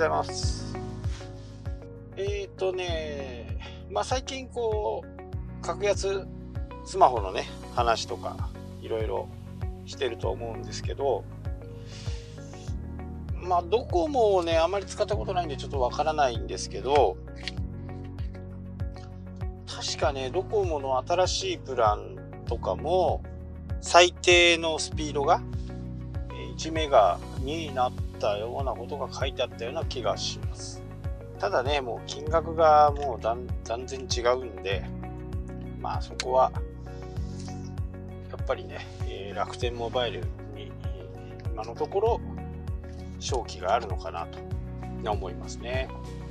ございます。最近格安スマホのね話とかいろいろしてると思うんですけど、ドコモをねあまり使ったことないんでちょっとわからないんですけど、確かねドコモの新しいプランとかも最低のスピードが1メガになったようなことが書いてあったような気がします。ただね、もう金額がもう断然違うんで、そこはやっぱりね、楽天モバイルに今のところ勝機があるのかなと思いますね。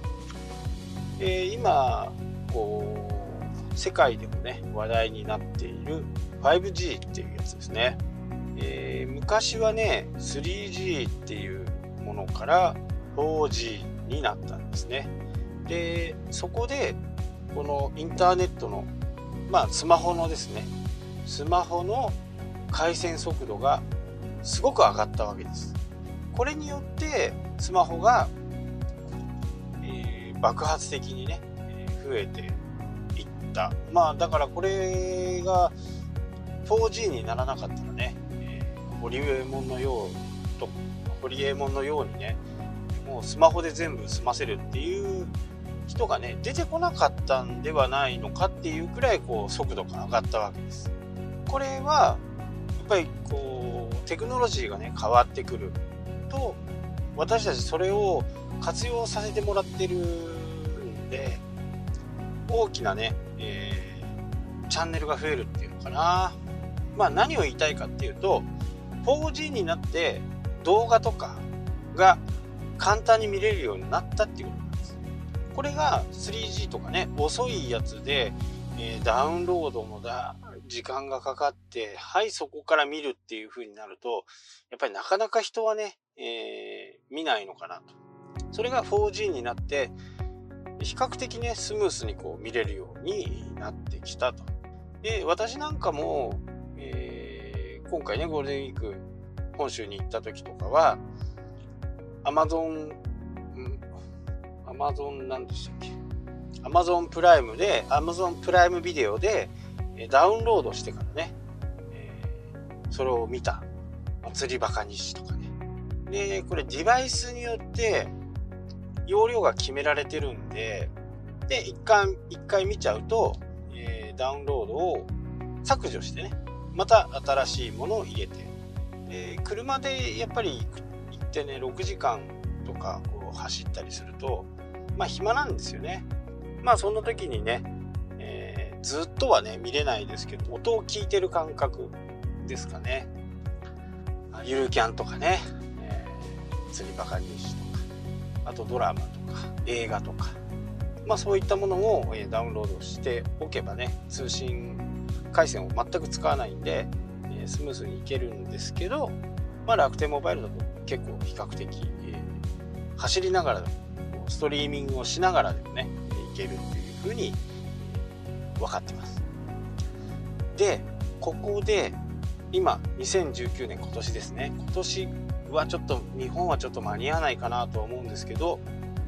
今世界でもね話題になっている 5G っていうやつですね。昔はね 3G っていうものから 4G になったんですね。でそこでこのインターネットのスマホのですねスマホの回線速度がすごく上がったわけです。これによってスマホが、爆発的にね増えていった。だからこれが 4G にならなかったらね、ホリエモンのようにねもうスマホで全部済ませるっていう人がね出てこなかったんではないのかっていうくらい速度が上がったわけです。これはやっぱりテクノロジーがね変わってくると私たちそれを活用させてもらってるんで大きなね、チャンネルが増えるっていうのかな。何を言いたいかっていうと 4G になって動画とかが簡単に見れるようになったっていうことなんです。これが 3G とかね遅いやつで、ダウンロードの時間がかかってそこから見るっていう風になるとやっぱりなかなか人はね、見ないのかなと。それが 4G になって比較的ねスムースに見れるようになってきたと。で私なんかも、今回ねゴールデンウィーク本州に行った時とかはAmazon なんでしたっけ、Amazon プライムビデオでダウンロードしてからね、それを見た釣りバカ日誌とかね。でこれデバイスによって容量が決められてるんで、一回見ちゃうと、ダウンロードを削除してねまた新しいものを入れて、車でやっぱり行ってね6時間とか走ったりすると暇なんですよね。そんな時にね、ずっとはね見れないですけど音を聞いてる感覚ですかね。ゆるキャンとかね、釣りバカ日誌とかあとドラマとか映画とかそういったものをダウンロードしておけばね通信回線を全く使わないんでスムーズにいけるんですけど、楽天モバイルだと結構比較的、走りながらストリーミングをしながらでもねいけるっていう風に分かってます。でここで今2019年今年ですね、今年はちょっと日本はちょっと間に合わないかなと思うんですけど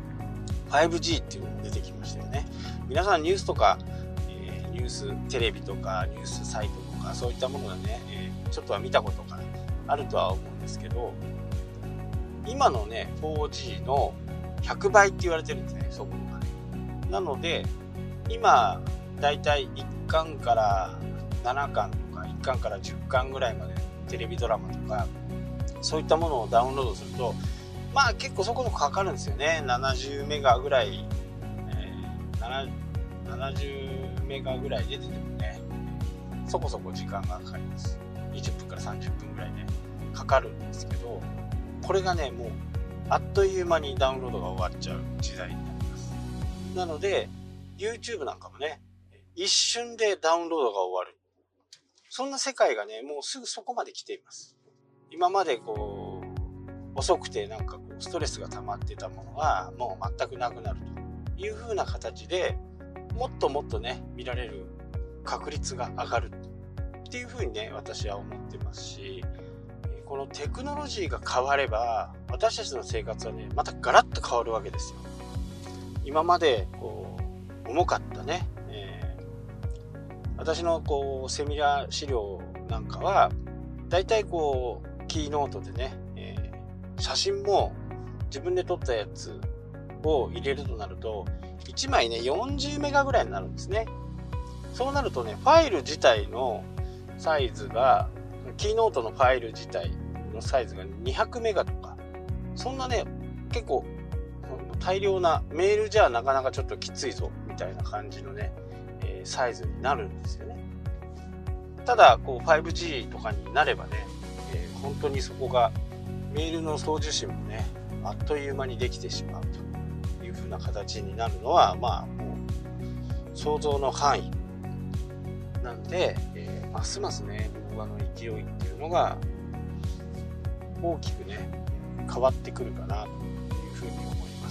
5G っていうのも出てきましたよね。皆さんニュースとか、ニューステレビとかニュースサイトとかそういったものでね、ちょっとは見たことがあるとは思うんですけど、今のね 4G の100倍って言われてるんですね、速度がね。なので今だいたい1巻から7巻とか1巻から10巻ぐらいまでテレビドラマとかそういったものをダウンロードすると結構そこそこかかるんですよね。70メガぐらい、70メガぐらい出ててもねそこそこ時間がかかります。20分から30分ぐらいねかかるんですけど、これがねもうあっという間にダウンロードが終わっちゃう時代になります。なので YouTube なんかもね一瞬でダウンロードが終わる、そんな世界がねもうすぐそこまで来ています。今まで遅くてストレスが溜まってたものがもう全くなくなるという風な形でもっともっとね見られる確率が上がるっていう風にね私は思ってますし、 このテクノロジーが変われば私たちの生活はねまたガラッと変わるわけですよ。今までこう重かったね、私のこうセミナー資料なんかはだいたいこうキーノートでね、写真も自分で撮ったやつを入れるとなると1枚ね40メガぐらいになるんですね。そうなるとねファイル自体のサイズがキーノートのファイル自体のサイズが200メガとかそんなね結構大量なメールじゃなかなかちょっときついぞみたいな感じのね、サイズになるんですよね。ただこう 5G とかになればね、本当にそこがメールの送受信もねあっという間にできてしまうという風な形になるのはまあもう想像の範囲なんで、ますますね動画の勢いっていうのが大きくね変わってくるかなというふうに思います。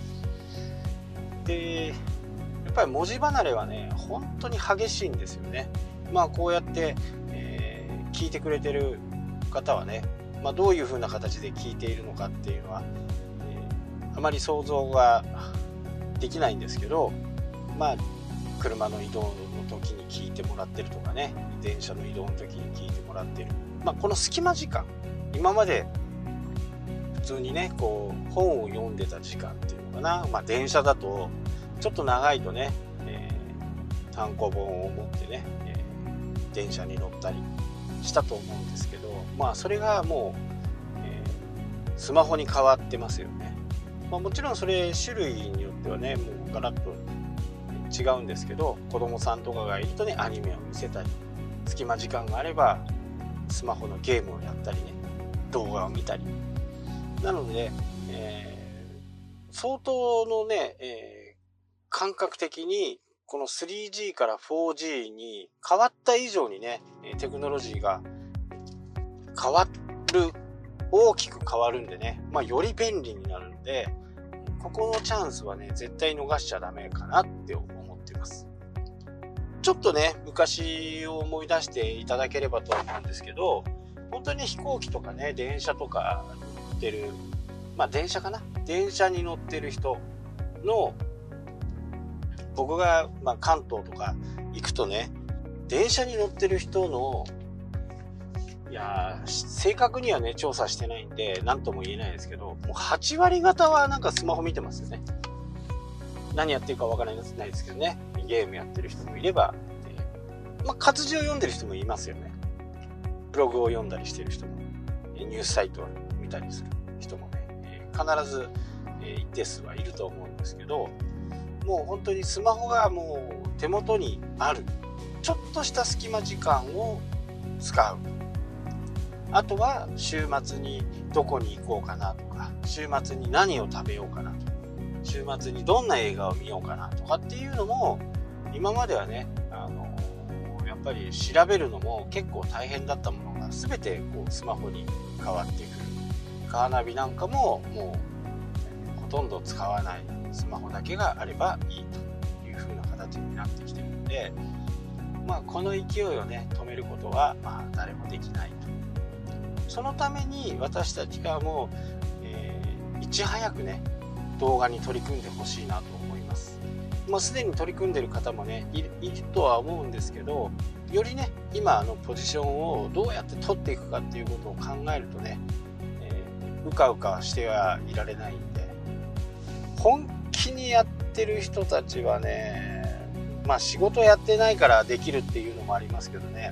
でやっぱり文字離れはね本当に激しいんですよね。まあこうやって、聞いてくれてる方はね、まあ、どういうふうな形で聞いているのかっていうのは、あまり想像ができないんですけど、まあ車の移動の時に聞いてもらってるとかね電車の移動の時に聞いてもらってる、まあ、この隙間時間今まで普通にねこう本を読んでた時間っていうのかな、まあ、電車だとちょっと長いとね、単行本を持ってね、電車に乗ったりしたと思うんですけど、まあそれがもう、スマホに変わってますよね。まあ、もちろんそれ種類によってはねもうガラッと違うんですけど、子供さんとかがいるとねアニメを見せたり隙間時間があればスマホのゲームをやったりね動画を見たりなので、相当のね、感覚的にこの 3G から 4G に変わった以上にねテクノロジーが変わる大きく変わるんでね、まあ、より便利になるんでここのチャンスはね絶対逃しちゃダメかなって思ってます。ちょっとね昔を思い出していただければと思うんですけど、本当に飛行機とかね電車とか乗ってる、まあ電車かな、電車に乗ってる人の僕が、まあ、関東とか行くとね電車に乗ってる人のいや正確にはね調査してないんで何とも言えないですけど、もう8割方はなんかスマホ見てますよね。何やってるかわからないですけどね、ゲームやってる人もいれば、まあ、活字を読んでる人もいますよね。ブログを読んだりしてる人も、ニュースサイトを見たりする人もね、必ず、一定数はいると思うんですけど、もう本当にスマホがもう手元にある、ちょっとした隙間時間を使う。あとは週末にどこに行こうかなとか、週末に何を食べようかなとか、週末にどんな映画を見ようかなとかっていうのも今まではね、やっぱり調べるのも結構大変だったものが全てこうスマホに変わってくる。カーナビなんかももうほとんど使わない、スマホだけがあればいいという風な形になってきてるので、まあこの勢いをね止めることはまあ誰もできないと。そのために私たちがもう、いち早くね動画に取り組んでほしいなと思います。もうすでに取り組んでる方もねいるとは思うんですけど、よりね今のポジションをどうやって取っていくかっていうことを考えるとね、うかうかしてはいられないんで、本気にやってる人たちはね、まあ仕事やってないからできるっていうのもありますけどね、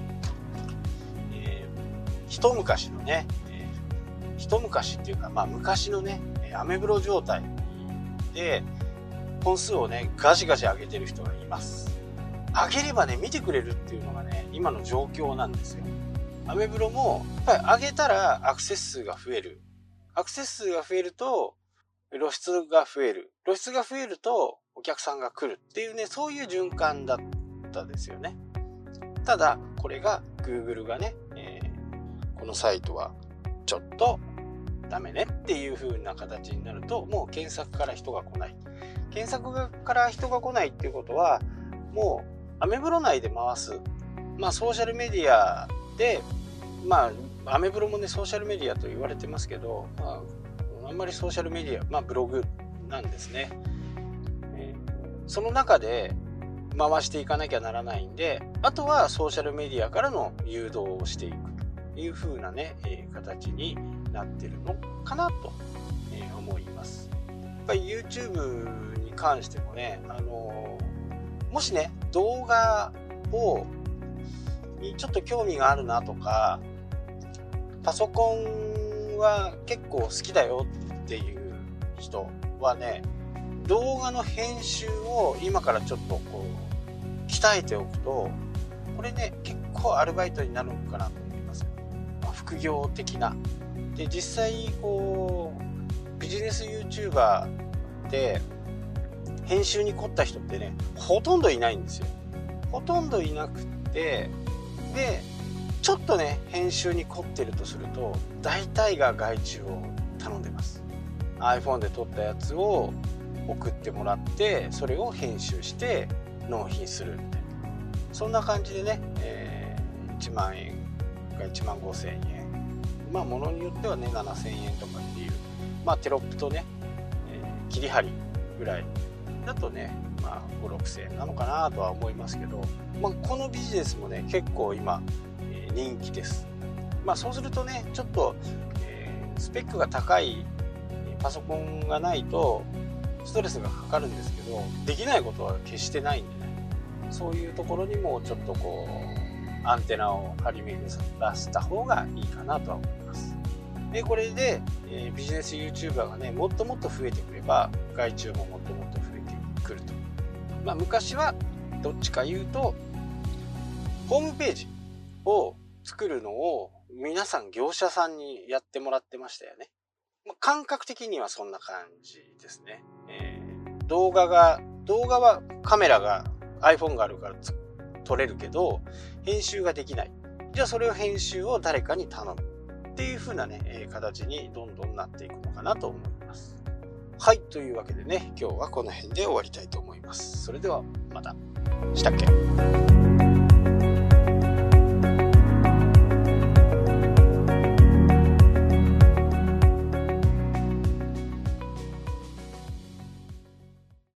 一昔のね、一昔っていうか、まあ昔のねアメブロ状態で本数をねガシガシ上げてる人がいます。上げればね見てくれるっていうのがね今の状況なんですよ。アメブロもやっぱり上げたらアクセス数が増える。アクセス数が増えると露出が増える。露出が増えるとお客さんが来るっていうね、そういう循環だったですよね。ただこれが Google がね、このサイトはちょっとダメねっていう風な形になると、もう検索から人が来ない。検索から人が来ないっていうことは、もうアメブロ内で回す、まあソーシャルメディアでまあアメブロもねソーシャルメディアと言われてますけど、あんまりソーシャルメディア、ブログなんですね。その中で回していかなきゃならないんで、あとはソーシャルメディアからの誘導をしていくという風なね、形になってるのかなと、思います。やっぱり YouTube に関してもね、もしね動画にちょっと興味があるなとか、パソコンは結構好きだよっていう人はね、動画の編集を今からちょっと鍛えておくと、これね結構アルバイトになるのかなと思います。副業的なで、実際ビジネス YouTuber で編集に凝った人ってねほとんどいないんですよ。ほとんどいなくって、でちょっとね編集に凝ってるとすると、大体が外注を頼んでます。 iPhone で撮ったやつを送ってもらって、それを編集して納品するみたいな、そんな感じでね、1万円か1万5千円、ものによってはね7000円とかっていう、テロップとね、切り張りぐらいだとね、5、6千円なのかなとは思いますけど、このビジネスもね結構今、人気です。そうするとねちょっと、スペックが高いパソコンがないとストレスがかかるんですけど、できないことは決してないんでね、そういうところにもちょっとアンテナを張り巡らせた方がいいかなとは思います。でこれで、ビジネス YouTuber がねもっともっと増えてくれば、外注ももっともっと増えてくると。昔はどっちか言うとホームページを作るのを皆さん業者さんにやってもらってましたよね。感覚的にはそんな感じですね。動画はカメラが iPhone があるから撮れるけど編集ができない。じゃあそれを編集を誰かに頼むっていう風なね、形にどんどんなっていくのかなと思います。はい、というわけでね、今日はこの辺で終わりたいと思います。それではまた。したっけ？